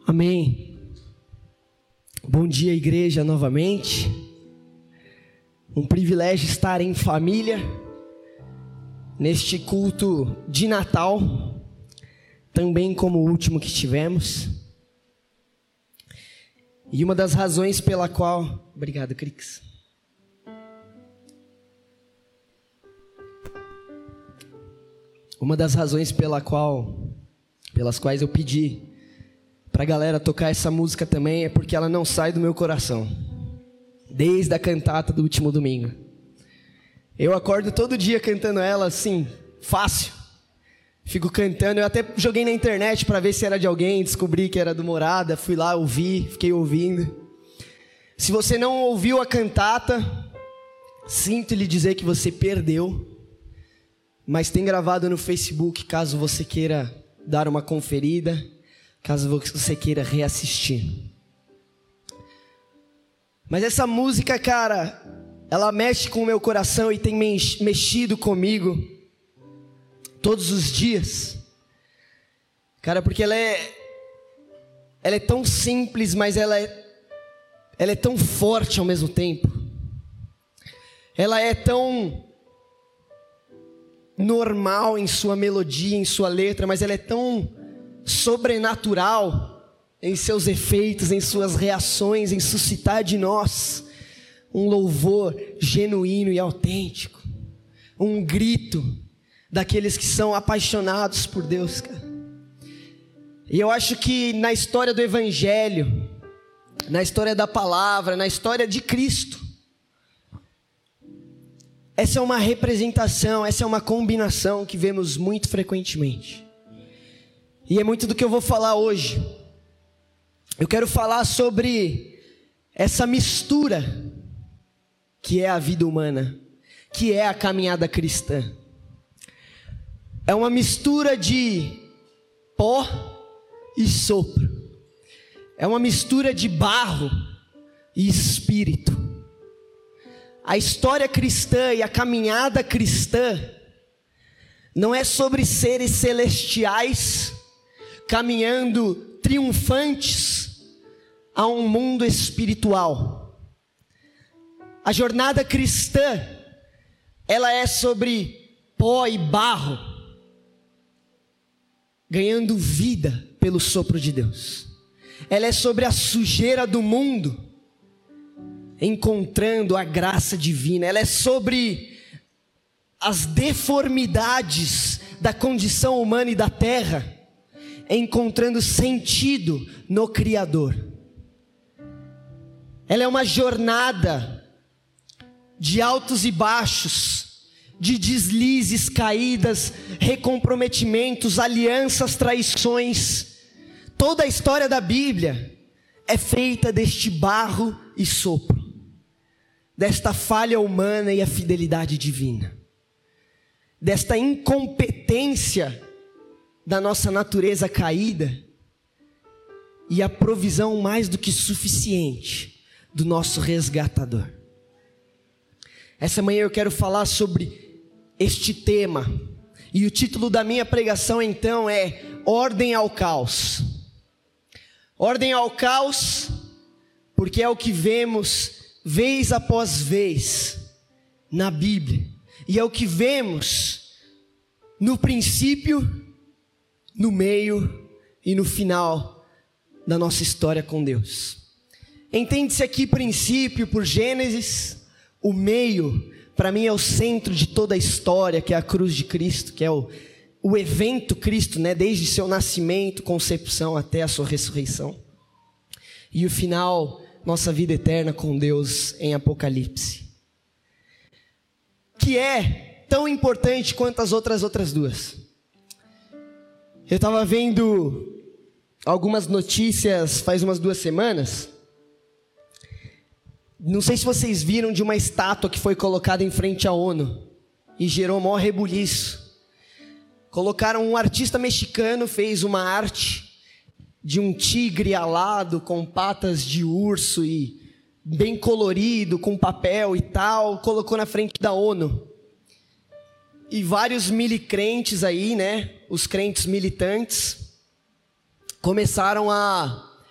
Amém. Bom dia, igreja, novamente. Um privilégio estar em família, neste culto de Natal, também como o último que tivemos. E uma das razões pela qual... Obrigado, Crix. Uma das razões pelas quais eu pedi pra galera tocar essa música também é porque ela não sai do meu coração, desde a cantata do último domingo. Eu acordo todo dia cantando ela assim, fácil. Fico cantando, eu até joguei na internet pra ver se era de alguém, descobri que era do Morada, fui lá, ouvi, fiquei ouvindo. Se você não ouviu a cantata, sinto lhe dizer que você perdeu, mas tem gravado no Facebook, caso você queira dar uma conferida, caso você queira reassistir. Mas essa música, cara, ela mexe com o meu coração e tem mexido comigo todos os dias. Cara, porque ela é tão simples, mas ela é tão forte ao mesmo tempo. Ela é tão normal em sua melodia, em sua letra, mas ela é tão sobrenatural em seus efeitos, em suas reações, em suscitar de nós um louvor genuíno e autêntico, um grito daqueles que são apaixonados por Deus, cara. E eu acho que na história do Evangelho, na história da palavra, na história de Cristo, essa é uma representação, essa é uma combinação que vemos muito frequentemente. E é muito do que eu vou falar hoje. Eu quero falar sobre essa mistura que é a vida humana, que é a caminhada cristã. É uma mistura de pó e sopro. É uma mistura de barro e espírito. A história cristã e a caminhada cristã não é sobre seres celestiais caminhando triunfantes a um mundo espiritual. A jornada cristã, ela é sobre pó e barro, ganhando vida pelo sopro de Deus. Ela é sobre a sujeira do mundo, encontrando a graça divina. Ela é sobre as deformidades da condição humana e da terra, encontrando sentido no Criador. Ela é uma jornada de altos e baixos, de deslizes, caídas, recomprometimentos, alianças, traições. Toda a história da Bíblia é feita deste barro e sopro, desta falha humana e a fidelidade divina, desta incompetência da nossa natureza caída e a provisão mais do que suficiente do nosso resgatador. Essa manhã eu quero falar sobre este tema, e o título da minha pregação então é Ordem ao Caos. Ordem ao caos, porque é o que vemos vez após vez na Bíblia, e é o que vemos no princípio, no meio e no final da nossa história com Deus. Entende-se aqui princípio por Gênesis, o meio, para mim é o centro de toda a história, que é a cruz de Cristo, que é o evento Cristo, né? Desde seu nascimento, concepção até a sua ressurreição. E o final, nossa vida eterna com Deus em Apocalipse, que é tão importante quanto as outras duas. Eu estava vendo algumas notícias faz umas 2 semanas. Não sei se vocês viram de uma estátua que foi colocada em frente à ONU e gerou maior rebuliço. Colocaram um artista mexicano, fez uma arte de um tigre alado com patas de urso e bem colorido, com papel e tal, colocou na frente da ONU. E vários milicrentes aí, né, os crentes militantes, começaram a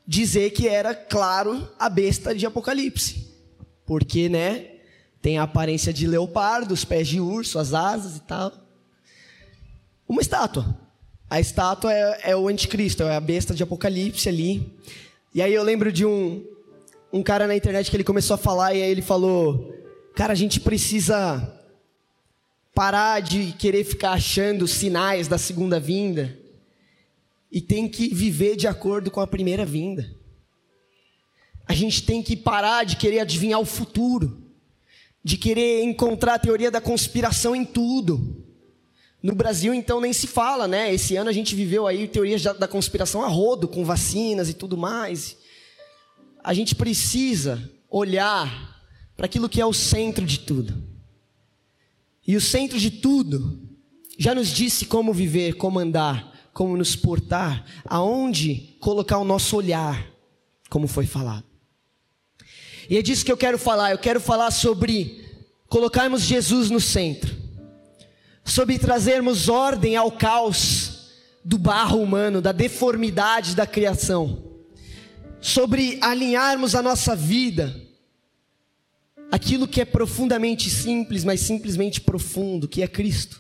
dizer que era, claro, a besta de Apocalipse. Porque, tem a aparência de leopardo, os pés de urso, as asas e tal. Uma estátua. A estátua é o anticristo, é a besta de Apocalipse ali. E aí eu lembro de um cara na internet que ele começou a falar, e aí ele falou: cara, a gente precisa parar de querer ficar achando sinais da segunda vinda e tem que viver de acordo com a primeira vinda. A gente tem que parar de querer adivinhar o futuro, de querer encontrar a teoria da conspiração em tudo. No Brasil, então, nem se fala, Esse ano a gente viveu aí teorias da conspiração a rodo, com vacinas e tudo mais. A gente precisa olhar para aquilo que é o centro de tudo. E o centro de tudo já nos disse como viver, como andar, como nos portar, aonde colocar o nosso olhar, como foi falado. E é disso que eu quero falar sobre colocarmos Jesus no centro, sobre trazermos ordem ao caos do barro humano, da deformidade da criação, sobre alinharmos a nossa vida, aquilo que é profundamente simples, mas simplesmente profundo, que é Cristo,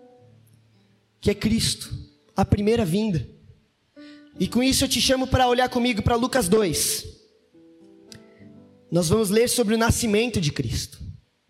a primeira vinda. E com isso eu te chamo para olhar comigo para Lucas 2. Nós vamos ler sobre o nascimento de Cristo.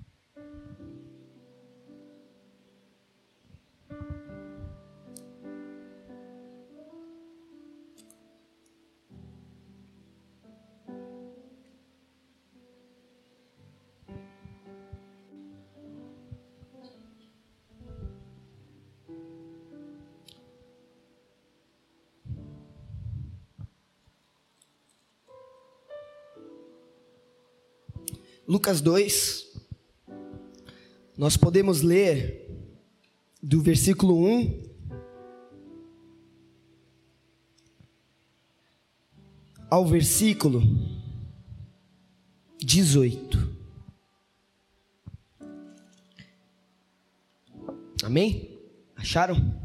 Lucas 2, nós podemos ler do versículo 1 ao versículo 18. Amém? Acharam?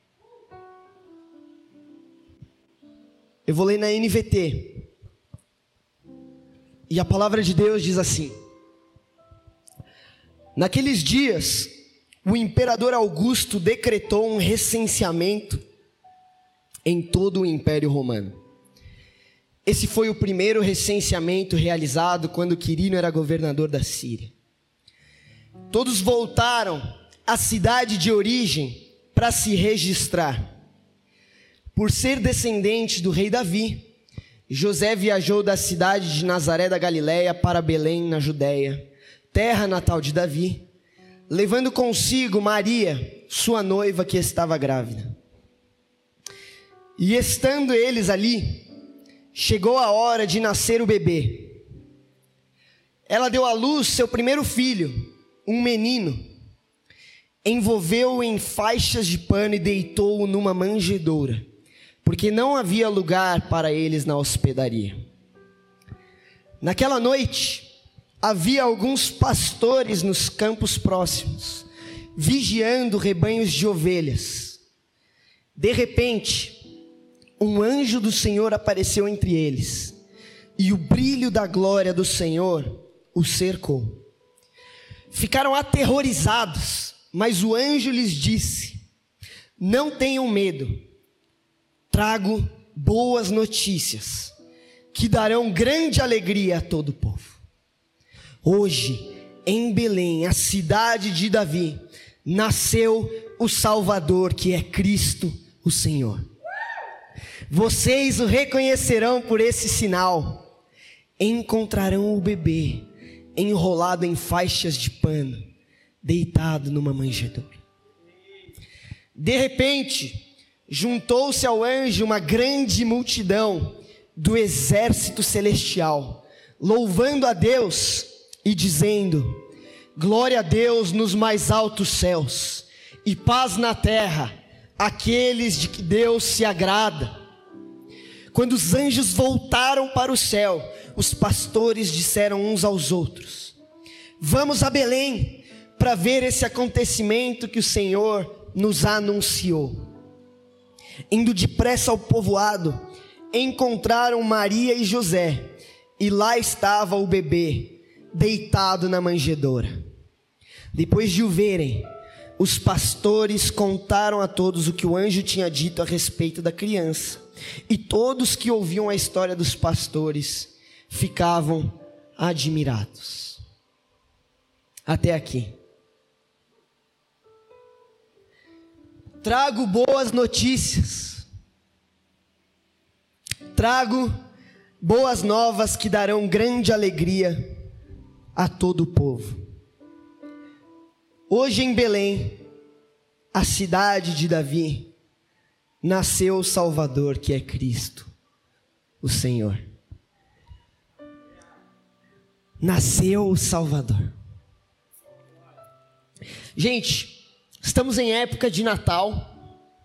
Eu vou ler na NVT. E a palavra de Deus diz assim: naqueles dias, o imperador Augusto decretou um recenseamento em todo o Império Romano. Esse foi o primeiro recenseamento realizado quando Quirino era governador da Síria. Todos voltaram à cidade de origem para se registrar. Por ser descendente do rei Davi, José viajou da cidade de Nazaré da Galileia para Belém, na Judéia, terra natal de Davi, levando consigo Maria, sua noiva, que estava grávida. E estando eles ali, chegou a hora de nascer o bebê. Ela deu à luz seu primeiro filho, um menino, envolveu-o em faixas de pano e deitou-o numa manjedoura, porque não havia lugar para eles na hospedaria. Naquela noite, havia alguns pastores nos campos próximos, vigiando rebanhos de ovelhas. De repente, um anjo do Senhor apareceu entre eles, e o brilho da glória do Senhor os cercou. Ficaram aterrorizados, mas o anjo lhes disse: não tenham medo. Trago boas notícias, que darão grande alegria a todo o povo. Hoje, em Belém, a cidade de Davi, nasceu o Salvador, que é Cristo, o Senhor. Vocês o reconhecerão por esse sinal. Encontrarão o bebê enrolado em faixas de pano, deitado numa manjedoura. De repente, juntou-se ao anjo uma grande multidão do exército celestial, louvando a Deus e dizendo: glória a Deus nos mais altos céus, e paz na terra, àqueles de que Deus se agrada. Quando os anjos voltaram para o céu, os pastores disseram uns aos outros: vamos a Belém para ver esse acontecimento que o Senhor nos anunciou. Indo depressa ao povoado, encontraram Maria e José, e lá estava o bebê, deitado na manjedoura. Depois de o verem, os pastores contaram a todos o que o anjo tinha dito a respeito da criança. E todos que ouviam a história dos pastores ficavam admirados. Até aqui. Trago boas notícias. Trago boas novas que darão grande alegria a todo o povo. Hoje em Belém, a cidade de Davi, nasceu o Salvador, que é Cristo, o Senhor. Nasceu o Salvador. Gente, estamos em época de Natal.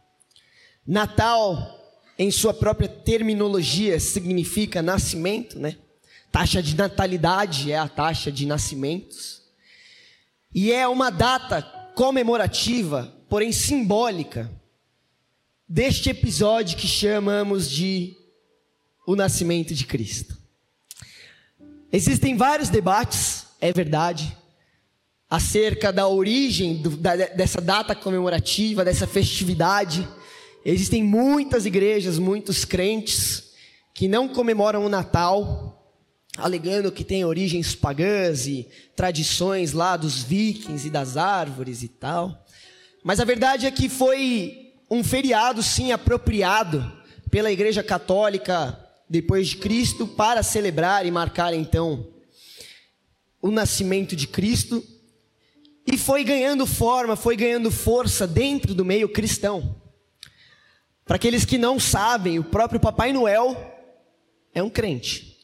Natal, em sua própria terminologia, significa nascimento, né? Taxa de natalidade é a taxa de nascimentos. E é uma data comemorativa, porém simbólica, deste episódio que chamamos de o nascimento de Cristo. Existem vários debates, é verdade, acerca da origem dessa data comemorativa, dessa festividade. Existem muitas igrejas, muitos crentes que não comemoram o Natal, alegando que tem origens pagãs e tradições lá dos vikings e das árvores e tal. Mas a verdade é que foi um feriado, sim, apropriado pela Igreja Católica depois de Cristo para celebrar e marcar, então, o nascimento de Cristo. E foi ganhando forma, foi ganhando força dentro do meio cristão. Para aqueles que não sabem, o próprio Papai Noel é um crente.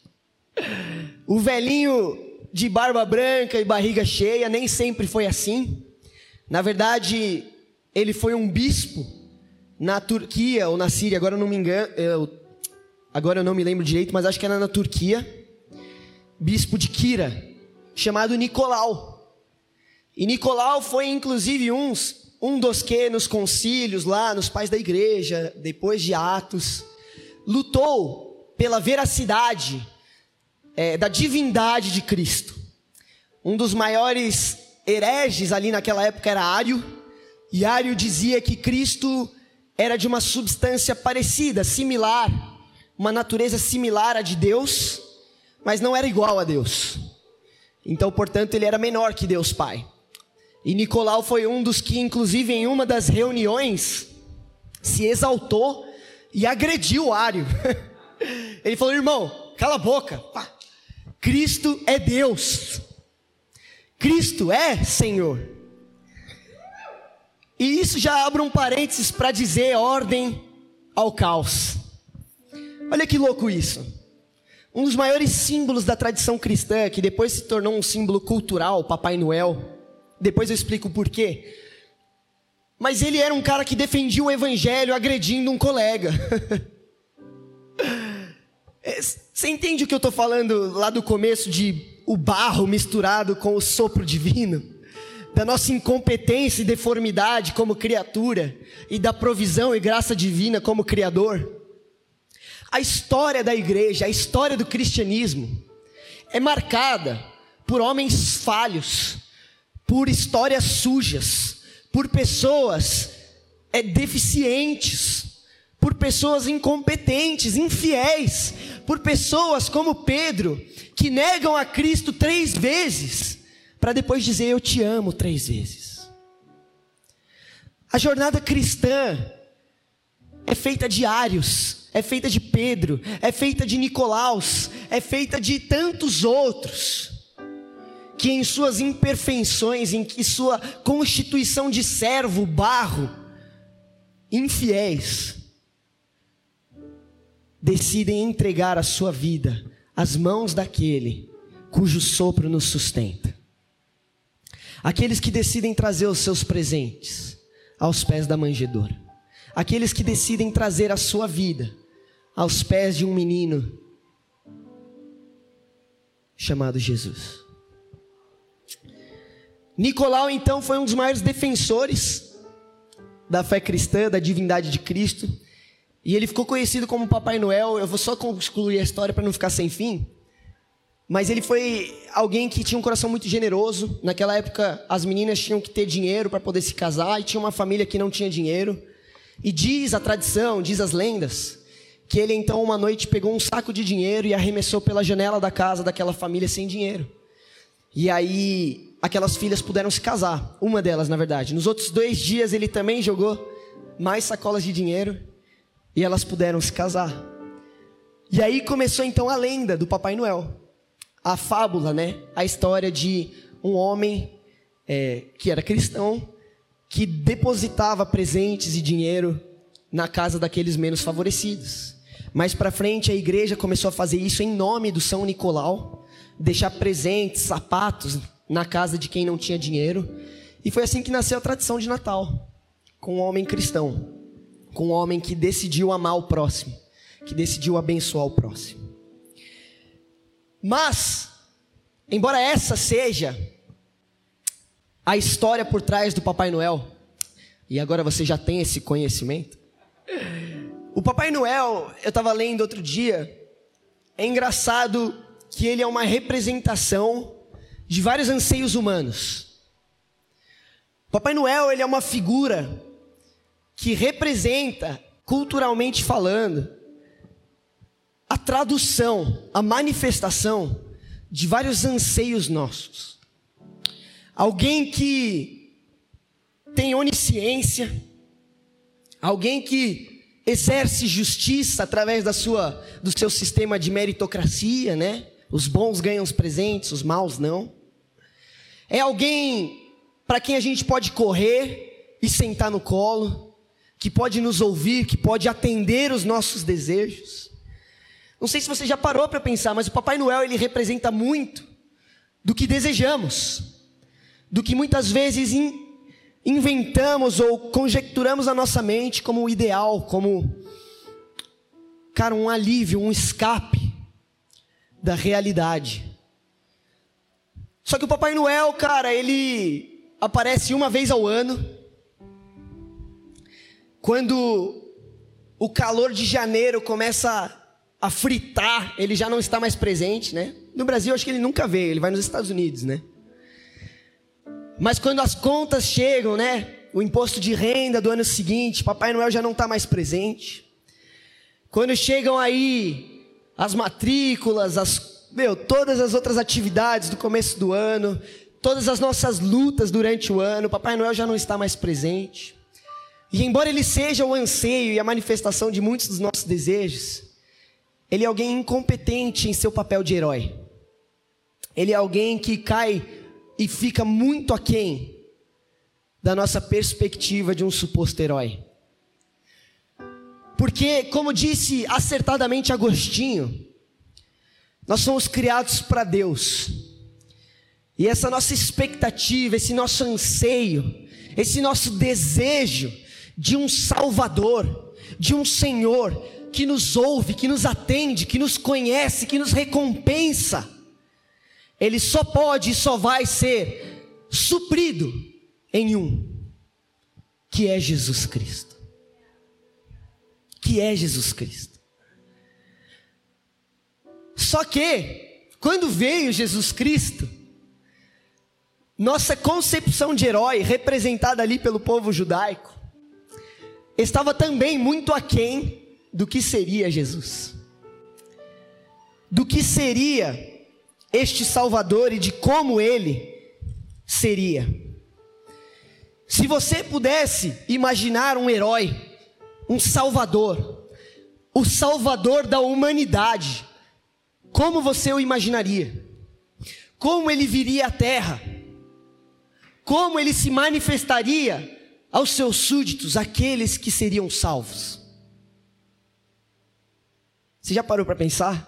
O velhinho de barba branca e barriga cheia nem sempre foi assim. Na verdade, ele foi um bispo na Turquia ou na Síria, agora eu não me engano, agora eu não me lembro direito, mas acho que era na Turquia. Bispo de Quira, chamado Nicolau. E Nicolau foi inclusive um dos que nos concílios lá, nos pais da igreja, depois de Atos, lutou pela veracidade da divindade de Cristo. Um dos maiores hereges ali naquela época era Ário, e Ário dizia que Cristo era de uma substância parecida, similar, uma natureza similar à de Deus, mas não era igual a Deus. Então, portanto, ele era menor que Deus Pai. E Nicolau foi um dos que, inclusive, em uma das reuniões, se exaltou e agrediu Ário. Ele falou: irmão, cala a boca. Cristo é Deus. Cristo é Senhor. E isso já abre um parênteses para dizer ordem ao caos. Olha que louco isso. Um dos maiores símbolos da tradição cristã, que depois se tornou um símbolo cultural, Papai Noel. Depois eu explico o porquê. Mas ele era um cara que defendia o evangelho agredindo um colega. Você entende o que eu estou falando lá do começo de o barro misturado com o sopro divino? Da nossa incompetência e deformidade como criatura e da provisão e graça divina como criador? A história da igreja, a história do cristianismo é marcada por homens falhos, por histórias sujas, por pessoas deficientes, por pessoas incompetentes, infiéis, por pessoas como Pedro, que negam a Cristo 3 vezes, para depois dizer: eu te amo 3 vezes. A jornada cristã é feita de Ários, é feita de Pedro, é feita de Nicolaus, é feita de tantos outros, que em suas imperfeições, em sua constituição de servo, barro, infiéis, decidem entregar a sua vida às mãos daquele cujo sopro nos sustenta. Aqueles que decidem trazer os seus presentes aos pés da manjedoura. Aqueles que decidem trazer a sua vida aos pés de um menino chamado Jesus. Nicolau, então, foi um dos maiores defensores da fé cristã, da divindade de Cristo. E ele ficou conhecido como Papai Noel. Eu vou só concluir a história para não ficar sem fim. Mas ele foi alguém que tinha um coração muito generoso. Naquela época, as meninas tinham que ter dinheiro para poder se casar. E tinha uma família que não tinha dinheiro. E diz a tradição, diz as lendas, que ele então uma noite pegou um saco de dinheiro e arremessou pela janela da casa daquela família sem dinheiro. E aí aquelas filhas puderam se casar. Uma delas, na verdade. Nos outros 2 dias ele também jogou mais sacolas de dinheiro. E elas puderam se casar. E aí começou então a lenda do Papai Noel. A fábula, né? A história de um homem que era cristão, que depositava presentes e dinheiro na casa daqueles menos favorecidos. Mais para frente a igreja começou a fazer isso em nome do São Nicolau. Deixar presentes, sapatos na casa de quem não tinha dinheiro. E foi assim que nasceu a tradição de Natal. Com um homem cristão. Com um homem que decidiu amar o próximo, que decidiu abençoar o próximo. Mas, embora essa seja a história por trás do Papai Noel, e agora você já tem esse conhecimento, o Papai Noel, eu estava lendo outro dia, é engraçado que ele é uma representação de vários anseios humanos. O Papai Noel, ele é uma figura que representa, culturalmente falando, a tradução, a manifestação de vários anseios nossos. Alguém que tem onisciência, alguém que exerce justiça através do seu sistema de meritocracia, né? Os bons ganham os presentes, os maus não. É alguém para quem a gente pode correr e sentar no colo, que pode nos ouvir, que pode atender os nossos desejos. Não sei se você já parou para pensar, mas o Papai Noel, ele representa muito do que desejamos, do que muitas vezes inventamos ou conjecturamos na nossa mente como o ideal, como, cara, um alívio, um escape da realidade. Só que o Papai Noel, cara, ele aparece uma vez ao ano, quando o calor de janeiro começa a fritar, ele já não está mais presente, né? No Brasil, acho que ele nunca veio, ele vai nos Estados Unidos, né? Mas quando as contas chegam, né? O imposto de renda do ano seguinte, Papai Noel já não está mais presente. Quando chegam aí as matrículas, todas as outras atividades do começo do ano, todas as nossas lutas durante o ano, Papai Noel já não está mais presente. E embora ele seja o anseio e a manifestação de muitos dos nossos desejos, ele é alguém incompetente em seu papel de herói. Ele é alguém que cai e fica muito aquém da nossa perspectiva de um suposto herói. Porque, como disse acertadamente Agostinho, nós somos criados para Deus. E essa nossa expectativa, esse nosso anseio, esse nosso desejo de um Salvador, de um Senhor que nos ouve, que nos atende, que nos conhece, que nos recompensa, ele só pode e só vai ser suprido em um, que é Jesus Cristo. Que é Jesus Cristo. Só que, quando veio Jesus Cristo, nossa concepção de herói, representada ali pelo povo judaico, estava também muito aquém do que seria Jesus, do que seria este Salvador e de como ele seria. Se você pudesse imaginar um herói, um Salvador, o Salvador da humanidade, como você o imaginaria? Como ele viria à terra? Como ele se manifestaria aos seus súditos, aqueles que seriam salvos? Você já parou para pensar?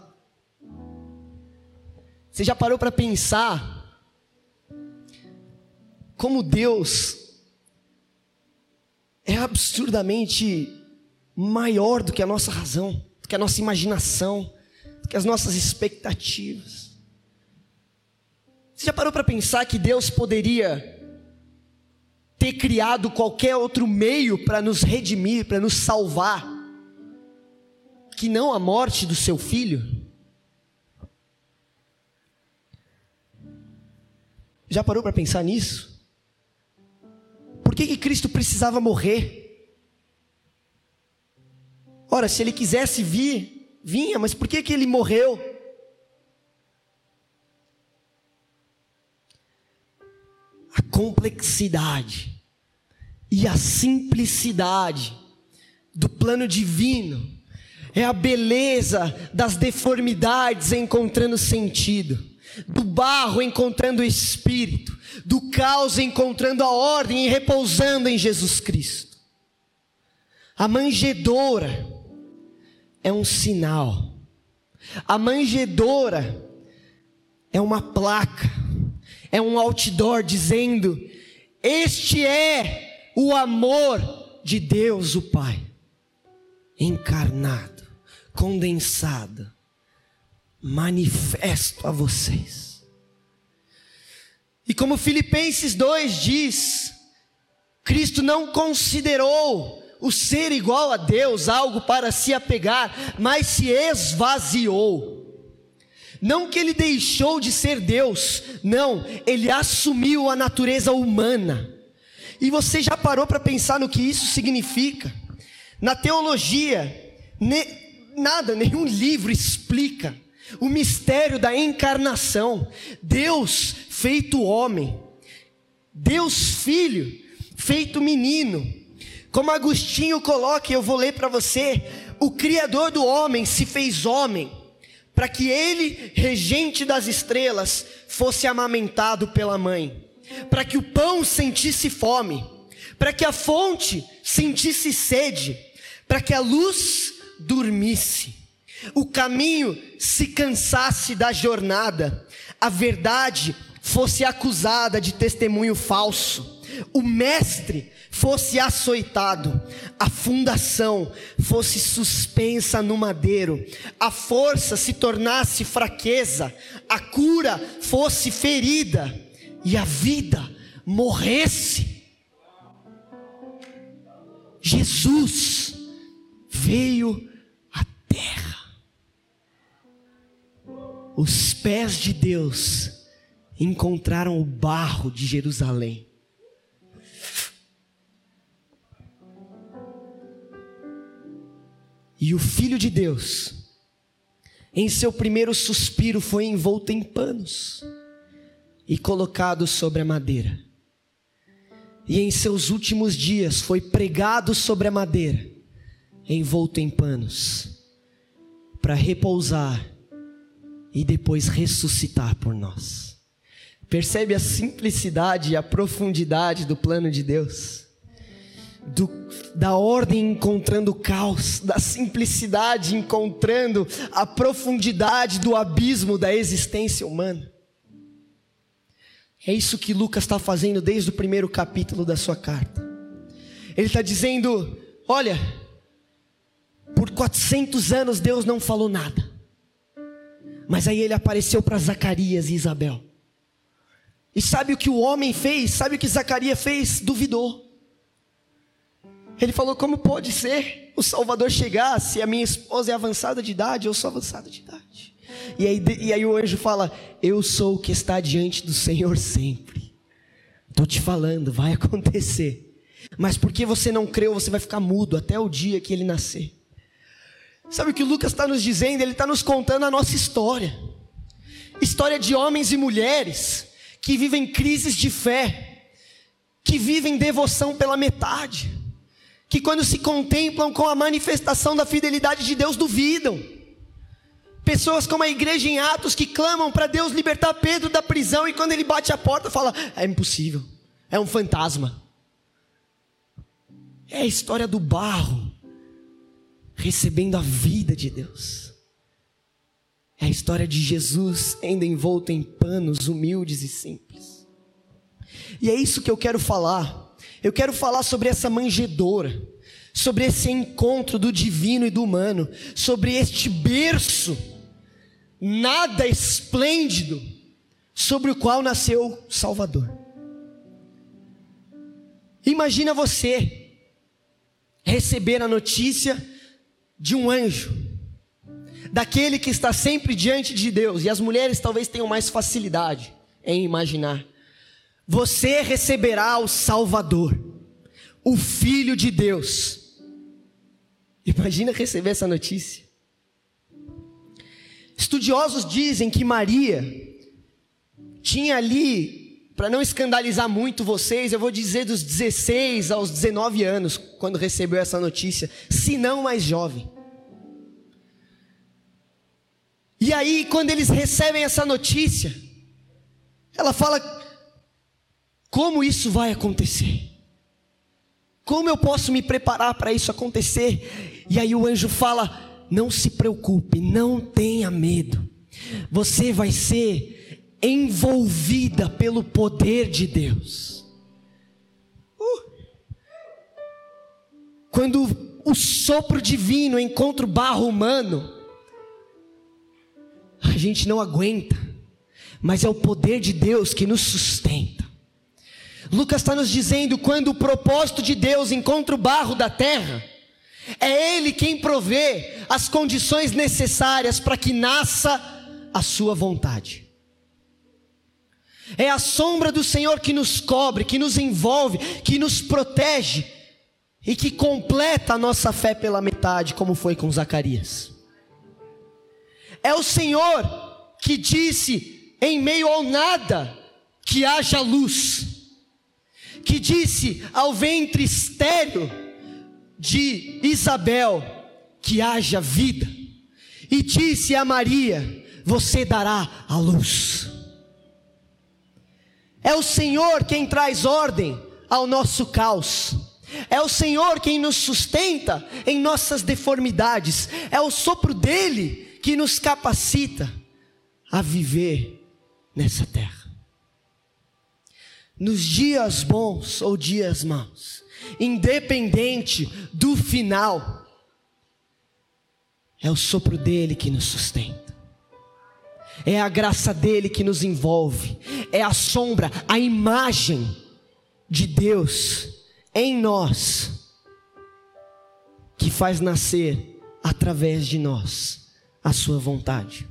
Você já parou para pensar como Deus é absurdamente maior do que a nossa razão, do que a nossa imaginação, do que as nossas expectativas? Você já parou para pensar que Deus poderia ter criado qualquer outro meio para nos redimir, para nos salvar, que não a morte do seu filho? Já parou para pensar nisso? Por que Cristo precisava morrer? Ora, se ele quisesse vir, vinha, mas por que ele morreu? A complexidade e a simplicidade do plano divino é a beleza das deformidades encontrando sentido, do barro encontrando o espírito, do caos encontrando a ordem e repousando em Jesus Cristo. A manjedoura é um sinal, a manjedoura é uma placa, é um outdoor dizendo: este é o amor de Deus o Pai, encarnado, condensado, manifesto a vocês. E como Filipenses 2 diz, Cristo não considerou o ser igual a Deus algo para se apegar, mas se esvaziou. Não que ele deixou de ser Deus, não, ele assumiu a natureza humana. E você já parou para pensar no que isso significa? Na teologia, nenhum livro explica o mistério da encarnação. Deus feito homem, Deus Filho feito menino. Como Agostinho coloca, eu vou ler para você: o Criador do homem se fez homem, para que ele, regente das estrelas, fosse amamentado pela mãe, para que o pão sentisse fome, para que a fonte sentisse sede, para que a luz dormisse, o caminho se cansasse da jornada, a verdade fosse acusada de testemunho falso, o mestre fosse açoitado, a fundação fosse suspensa no madeiro, a força se tornasse fraqueza, a cura fosse ferida e a vida morresse. Jesus veio à terra. Os pés de Deus encontraram o barro de Jerusalém. E o Filho de Deus, em seu primeiro suspiro, foi envolto em panos e colocado sobre a madeira. E em seus últimos dias foi pregado sobre a madeira, envolto em panos, para repousar e depois ressuscitar por nós. Percebe a simplicidade e a profundidade do plano de Deus? Da ordem encontrando o caos, da simplicidade encontrando a profundidade do abismo da existência humana. É isso que Lucas está fazendo desde o primeiro capítulo da sua carta. Ele está dizendo: olha, por 400 anos Deus não falou nada, mas aí ele apareceu para Zacarias e Isabel. E sabe o que o homem fez? Sabe o que Zacarias fez? Duvidou. Ele falou: como pode ser o Salvador chegar se a minha esposa é avançada de idade, eu sou avançada de idade? E aí o anjo fala: eu sou o que está diante do Senhor sempre. Estou te falando, vai acontecer. Mas porque você não creu, você vai ficar mudo até o dia que ele nascer. Sabe o que o Lucas está nos dizendo? Ele está nos contando a nossa história. História de homens e mulheres que vivem crises de fé, que vivem devoção pela metade, que quando se contemplam com a manifestação da fidelidade de Deus, duvidam. Pessoas como a igreja em Atos, que clamam para Deus libertar Pedro da prisão, e quando ele bate a porta, fala: é impossível, é um fantasma. É a história do barro recebendo a vida de Deus. É a história de Jesus ainda envolto em panos humildes e simples. E é isso que eu quero falar. Eu quero falar sobre essa manjedoura, sobre esse encontro do divino e do humano, sobre este berço nada esplêndido, sobre o qual nasceu o Salvador. Imagina você receber a notícia de um anjo daquele que está sempre diante de Deus, e as mulheres talvez tenham mais facilidade em imaginar. Você receberá o Salvador, o Filho de Deus. Imagina receber essa notícia. Estudiosos dizem que Maria tinha ali, para não escandalizar muito vocês, eu vou dizer dos 16 aos 19 anos, quando recebeu essa notícia, se não mais jovem. E aí, quando eles recebem essa notícia, ela fala: como isso vai acontecer? Como eu posso me preparar para isso acontecer? E aí o anjo fala: não se preocupe, não tenha medo. Você vai ser envolvida pelo poder de Deus. Quando o sopro divino encontra o barro humano, a gente não aguenta, mas é o poder de Deus que nos sustenta. Lucas está nos dizendo, quando o propósito de Deus encontra o barro da terra, é Ele quem provê as condições necessárias para que nasça a sua vontade. É a sombra do Senhor que nos cobre, que nos envolve, que nos protege e que completa a nossa fé pela metade, como foi com Zacarias. É o Senhor que disse em meio ao nada que haja luz, que disse ao ventre estéril de Isabel que haja vida, e disse a Maria: você dará a luz. É o Senhor quem traz ordem ao nosso caos. É o Senhor quem nos sustenta em nossas deformidades. É o sopro dele que nos capacita a viver nessa terra. Nos dias bons ou dias maus, independente do final, é o sopro dele que nos sustenta. É a graça dele que nos envolve. É a sombra, a imagem de Deus em nós, que faz nascer através de nós a sua vontade.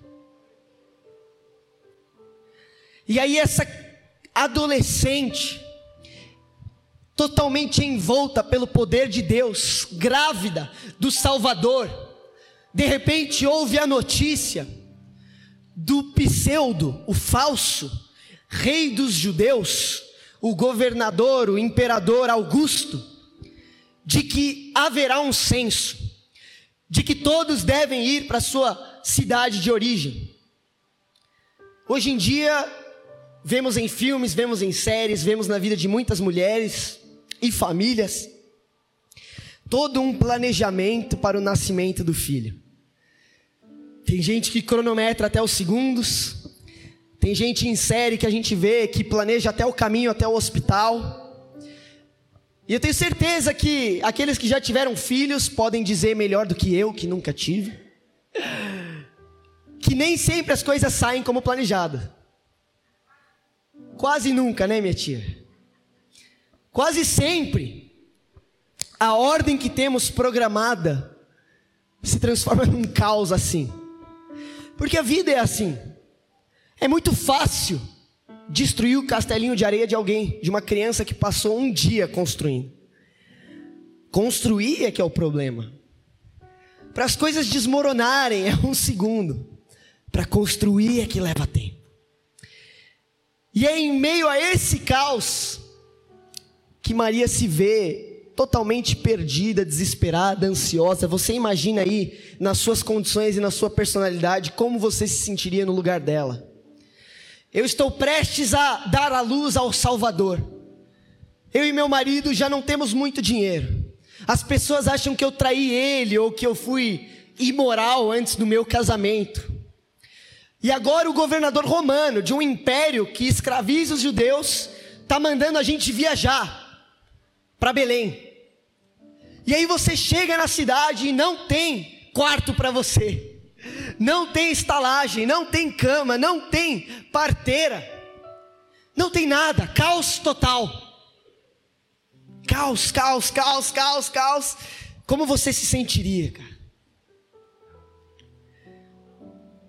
E aí essa adolescente, totalmente envolta pelo poder de Deus, grávida do Salvador, de repente ouve a notícia do pseudo, o falso rei dos judeus, o governador, o imperador Augusto, de que haverá um censo, de que todos devem ir para a sua cidade de origem. Hoje em dia, vemos em filmes, vemos em séries, vemos na vida de muitas mulheres e famílias, todo um planejamento para o nascimento do filho. Tem gente que cronometra até os segundos, tem gente em série que a gente vê que planeja até o caminho até o hospital. E eu tenho certeza que aqueles que já tiveram filhos podem dizer melhor do que eu, que nunca tive, que nem sempre as coisas saem como planejado. Quase nunca, né, minha tia? Quase sempre a ordem que temos programada se transforma num caos assim. Porque a vida é assim. É muito fácil destruir o castelinho de areia de alguém, de uma criança que passou um dia construindo. Construir é que é o problema. Para as coisas desmoronarem é um segundo. Para construir é que leva tempo. E é em meio a esse caos que Maria se vê totalmente perdida, desesperada, ansiosa. Você imagina aí, nas suas condições e na sua personalidade, como você se sentiria no lugar dela. Eu estou prestes a dar a luz ao Salvador. Eu e meu marido já não temos muito dinheiro. As pessoas acham que eu traí ele ou que eu fui imoral antes do meu casamento. E agora o governador romano de um império que escraviza os judeus está mandando a gente viajar para Belém. E aí você chega na cidade e não tem quarto para você. Não tem estalagem, não tem cama, não tem parteira. Não tem nada, caos total. Caos, caos, caos, caos, caos. Como você se sentiria, cara?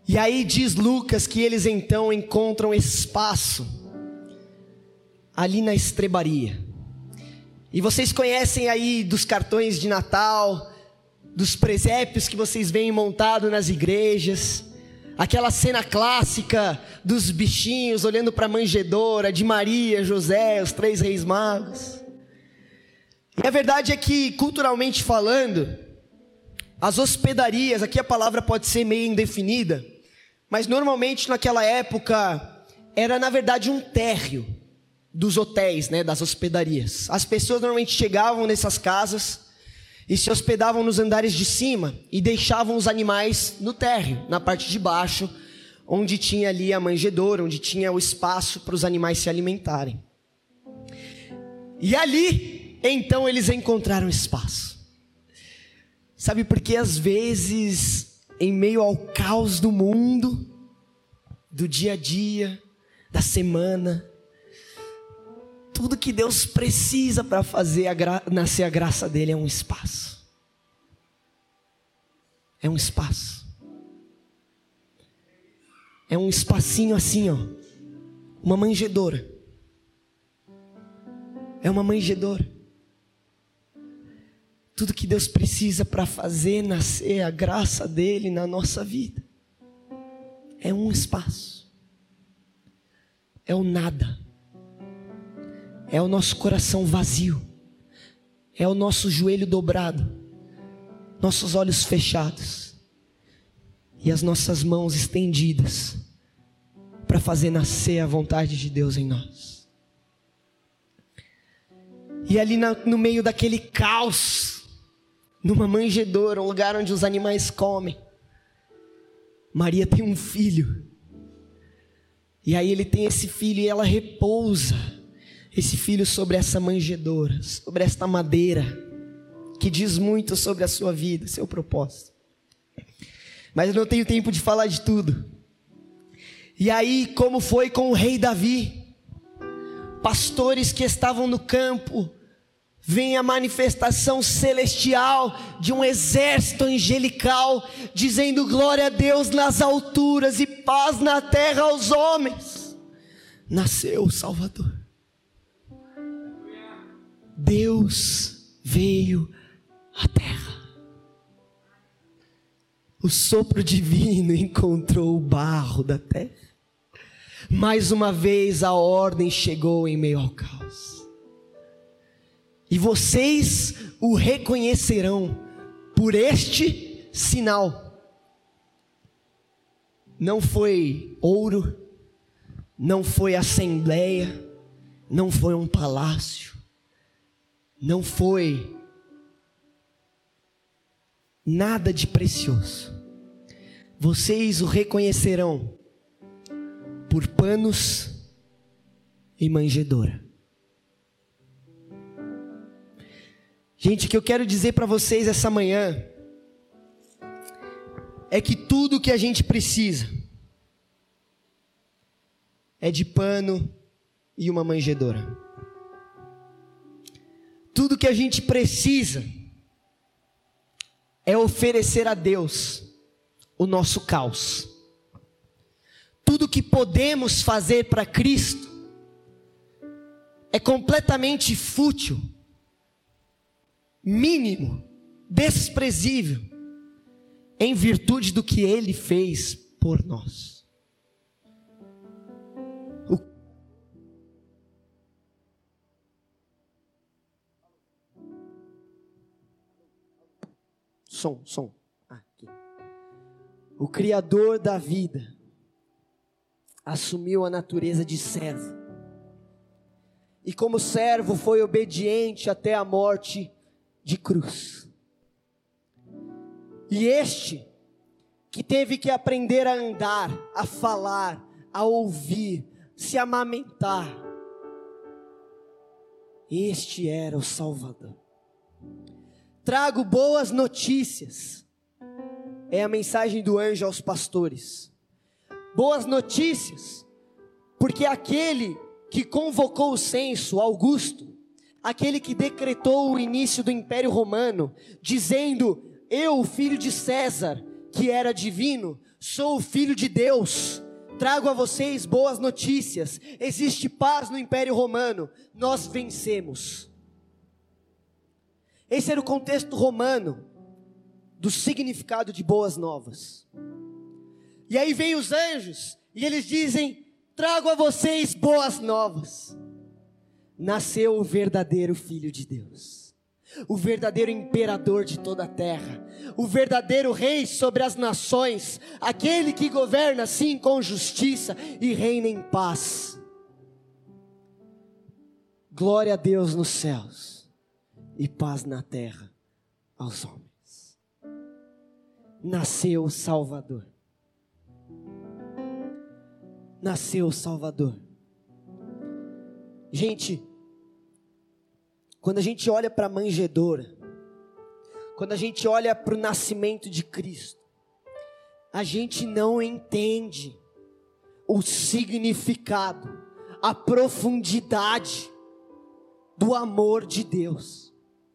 E aí diz Lucas que eles então encontram espaço ali na estrebaria. E vocês conhecem aí dos cartões de Natal, dos presépios que vocês veem montado nas igrejas, aquela cena clássica dos bichinhos olhando para a manjedoura de Maria, José, os 3 reis magos. E a verdade é que, culturalmente falando, as hospedarias, aqui a palavra pode ser meio indefinida, mas normalmente naquela época era na verdade um térreo dos hotéis, né, das hospedarias. As pessoas normalmente chegavam nessas casas e se hospedavam nos andares de cima e deixavam os animais no térreo, na parte de baixo, onde tinha ali a manjedoura, onde tinha o espaço para os animais se alimentarem. E ali, então, eles encontraram espaço. Sabe, porque às vezes, em meio ao caos do mundo, do dia a dia, da semana, tudo que Deus precisa para fazer nascer a graça dele é um espaço. É um espaço. É um espacinho assim, ó. Uma manjedoura. É uma manjedoura. Tudo que Deus precisa para fazer nascer a graça dele na nossa vida é um espaço. É o nada. É o nosso coração vazio. É o nosso joelho dobrado. Nossos olhos fechados. E as nossas mãos estendidas para fazer nascer a vontade de Deus em nós. E ali no meio daquele caos, numa manjedoura, um lugar onde os animais comem, Maria tem um filho. E aí ele tem esse filho e ela repousa esse filho sobre essa manjedoura, sobre esta madeira, que diz muito sobre a sua vida, seu propósito. Mas eu não tenho tempo de falar de tudo. E aí, como foi com o rei Davi, pastores que estavam no campo, vem a manifestação celestial de um exército angelical, dizendo glória a Deus nas alturas e paz na terra aos homens. Nasceu o Salvador. Deus veio à terra. O sopro divino encontrou o barro da terra. Mais uma vez a ordem chegou em meio ao caos. E vocês o reconhecerão por este sinal. Não foi ouro, não foi assembleia, não foi um palácio, não foi nada de precioso. Vocês o reconhecerão por panos e manjedoura. Gente, o que eu quero dizer para vocês essa manhã é que tudo que a gente precisa é de pano e uma manjedoura. Tudo que a gente precisa é oferecer a Deus o nosso caos. Tudo que podemos fazer para Cristo é completamente fútil, mínimo, desprezível, em virtude do que Ele fez por nós. Som. Aqui. O Criador da vida assumiu a natureza de servo. E como servo foi obediente até a morte de cruz. E este, que teve que aprender a andar, a falar, a ouvir, se amamentar, este era o Salvador. Trago boas notícias. É a mensagem do anjo aos pastores. Boas notícias, porque aquele que convocou o censo, Augusto, aquele que decretou o início do Império Romano, dizendo: eu, filho de César, que era divino, sou o Filho de Deus, trago a vocês boas notícias, existe paz no Império Romano, nós vencemos. Esse era o contexto romano do significado de boas novas. E aí vem os anjos e eles dizem: trago a vocês boas novas. Nasceu o verdadeiro Filho de Deus, o verdadeiro imperador de toda a terra, o verdadeiro rei sobre as nações, aquele que governa sim com justiça e reina em paz. Glória a Deus nos céus e paz na terra aos homens. Nasceu o Salvador. Nasceu o Salvador. Gente, quando a gente olha para a manjedoura, quando a gente olha para o nascimento de Cristo, a gente não entende o significado, a profundidade do amor de Deus,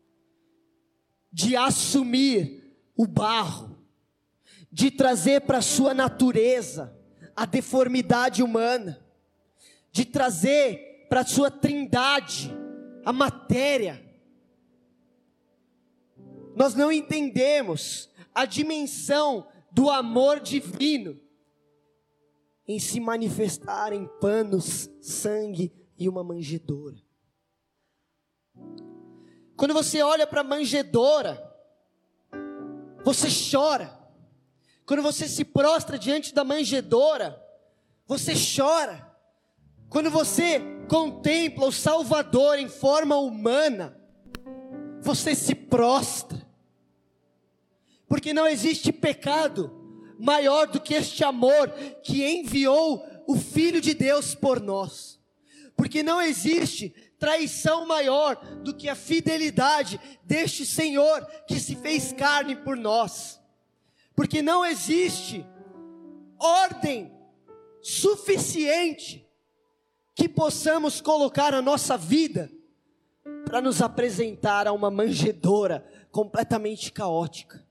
de assumir o barro, de trazer para a sua natureza a deformidade humana, de trazer para a sua trindade a matéria. Nós não entendemos a dimensão do amor divino em se manifestar em panos, sangue e uma manjedoura. Quando você olha para a manjedoura, você chora. Quando você se prostra diante da manjedoura, você chora. Quando você contempla o Salvador em forma humana, você se prostra. Porque não existe pecado maior do que este amor que enviou o Filho de Deus por nós. Porque não existe traição maior do que a fidelidade deste Senhor que se fez carne por nós. Porque não existe ordem suficiente que possamos colocar a nossa vida para nos apresentar a uma manjedoura completamente caótica.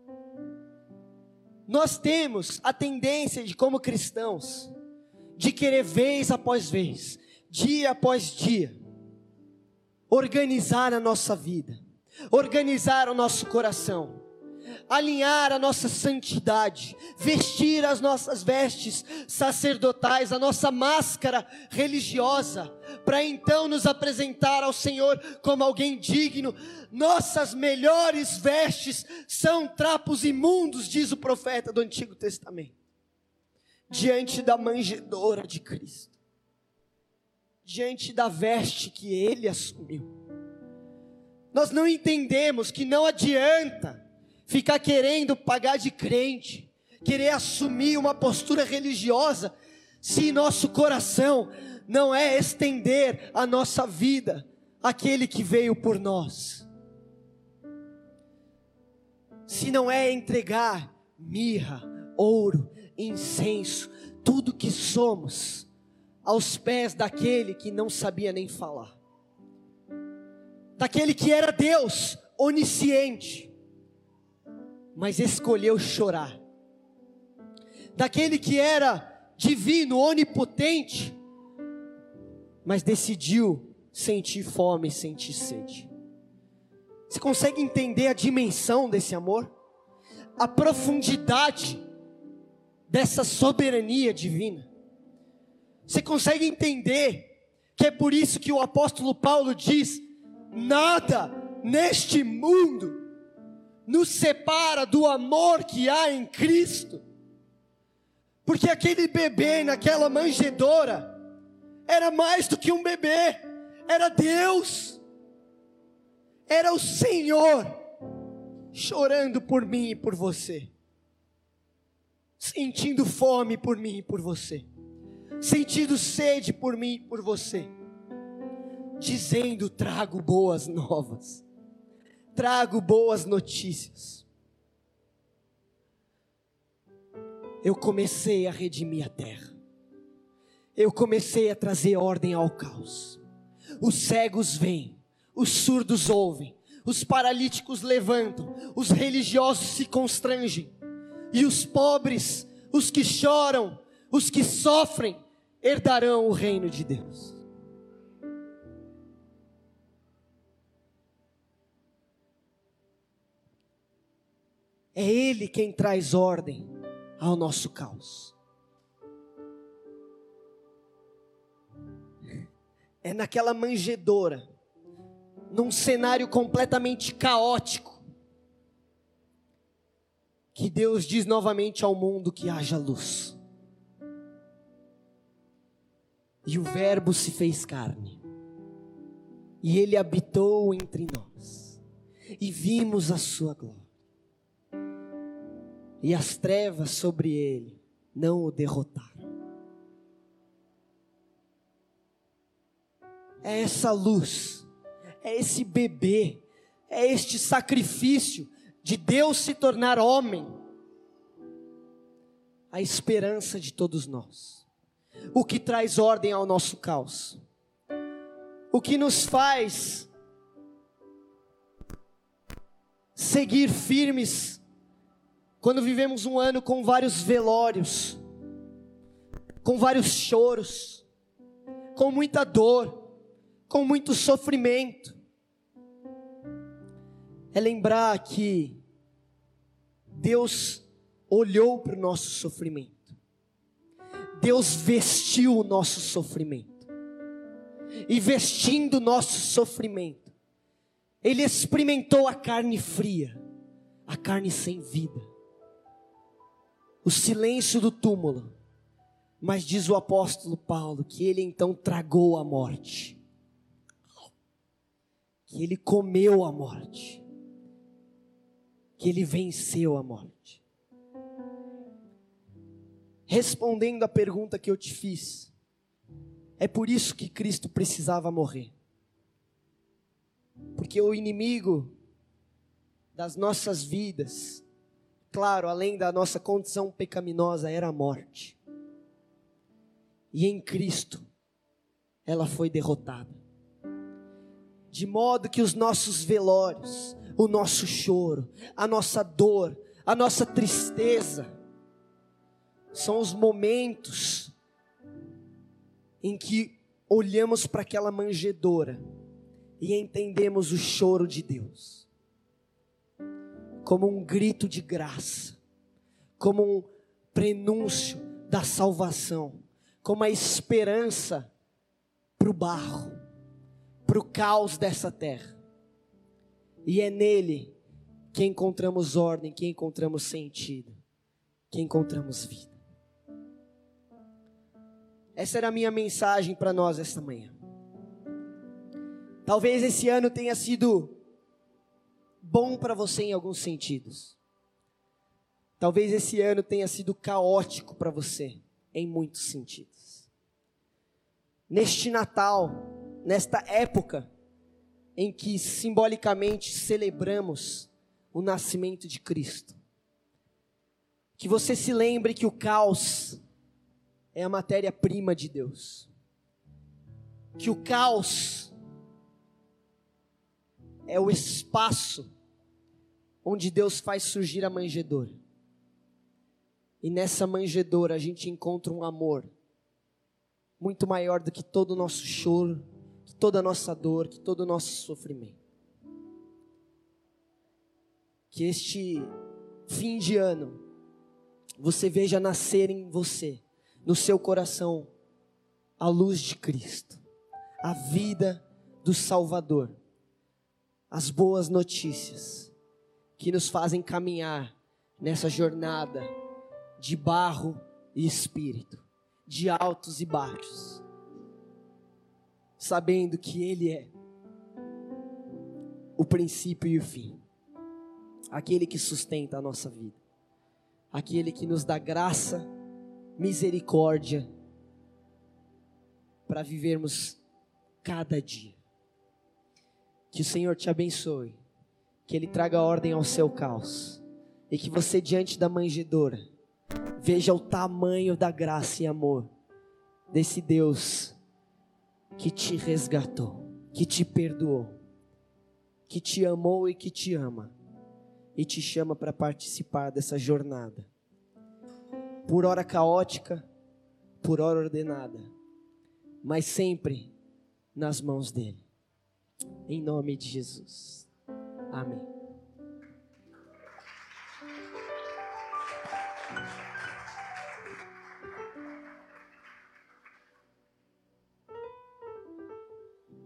Nós temos a tendência de, como cristãos, de querer vez após vez, dia após dia, organizar a nossa vida, organizar o nosso coração, alinhar a nossa santidade, vestir as nossas vestes sacerdotais, a nossa máscara religiosa, para então nos apresentar ao Senhor como alguém digno. Nossas melhores vestes são trapos imundos, diz o profeta do Antigo Testamento, diante da manjedoura de Cristo, diante da veste que Ele assumiu. Nós não entendemos que não adianta ficar querendo pagar de crente, querer assumir uma postura religiosa, se nosso coração não é estender a nossa vida àquele que veio por nós, se não é entregar mirra, ouro, incenso, tudo que somos, aos pés daquele que não sabia nem falar, daquele que era Deus onisciente, mas escolheu chorar, daquele que era divino, onipotente, mas decidiu sentir fome e sentir sede. Você consegue entender a dimensão desse amor? A profundidade dessa soberania divina? Você consegue entender que é por isso que o apóstolo Paulo diz: nada neste mundo nos separa do amor que há em Cristo? Porque aquele bebê naquela manjedoura era mais do que um bebê, era Deus, era o Senhor chorando por mim e por você, sentindo fome por mim e por você, sentindo sede por mim e por você, dizendo: trago boas novas, trago boas notícias. Eu comecei a redimir a terra, eu comecei a trazer ordem ao caos. Os cegos vêm, os surdos ouvem, os paralíticos levantam, os religiosos se constrangem, e os pobres os que choram, os que sofrem, herdarão o reino de Deus. É Ele quem traz ordem ao nosso caos. É naquela manjedoura, num cenário completamente caótico, que Deus diz novamente ao mundo que haja luz. E o Verbo se fez carne, e Ele habitou entre nós, e vimos a sua glória, e as trevas sobre Ele não o derrotaram. É essa luz, é esse bebê, é este sacrifício de Deus se tornar homem, a esperança de todos nós, o que traz ordem ao nosso caos, o que nos faz seguir firmes quando vivemos um ano com vários velórios, com vários choros, com muita dor, com muito sofrimento. É lembrar que Deus olhou para o nosso sofrimento, Deus vestiu o nosso sofrimento, e vestindo o nosso sofrimento, Ele experimentou a carne fria, a carne sem vida, o silêncio do túmulo. Mas diz o apóstolo Paulo que Ele então tragou a morte, que Ele comeu a morte, que Ele venceu a morte. Respondendo à pergunta que eu te fiz, é por isso que Cristo precisava morrer. Porque o inimigo das nossas vidas, claro, além da nossa condição pecaminosa, era a morte. E em Cristo, ela foi derrotada. De modo que os nossos velórios, o nosso choro, a nossa dor, a nossa tristeza, são os momentos em que olhamos para aquela manjedoura e entendemos o choro de Deus como um grito de graça, como um prenúncio da salvação, como a esperança para o barro, para o caos dessa terra. E é nele que encontramos ordem, que encontramos sentido, que encontramos vida. Essa era a minha mensagem para nós esta manhã. Talvez esse ano tenha sido bom para você em alguns sentidos. Talvez esse ano tenha sido caótico para você em muitos sentidos. Neste Natal, nesta época em que simbolicamente celebramos o nascimento de Cristo, que você se lembre que o caos é a matéria-prima de Deus, que o caos é o espaço onde Deus faz surgir a manjedoura, e nessa manjedoura a gente encontra um amor muito maior do que todo o nosso choro, que toda a nossa dor, que todo o nosso sofrimento. Que este fim de ano você veja nascer em você, no seu coração, a luz de Cristo, a vida do Salvador, as boas notícias que nos fazem caminhar nessa jornada de barro e espírito, de altos e baixos, sabendo que Ele é o princípio e o fim, aquele que sustenta a nossa vida, aquele que nos dá graça, misericórdia, para vivermos cada dia. Que o Senhor te abençoe, que Ele traga ordem ao seu caos, e que você, diante da manjedoura, veja o tamanho da graça e amor desse Deus que te resgatou, que te perdoou, que te amou e que te ama, e te chama para participar dessa jornada por hora caótica, por hora ordenada, mas sempre nas mãos dele. Em nome de Jesus. Amém.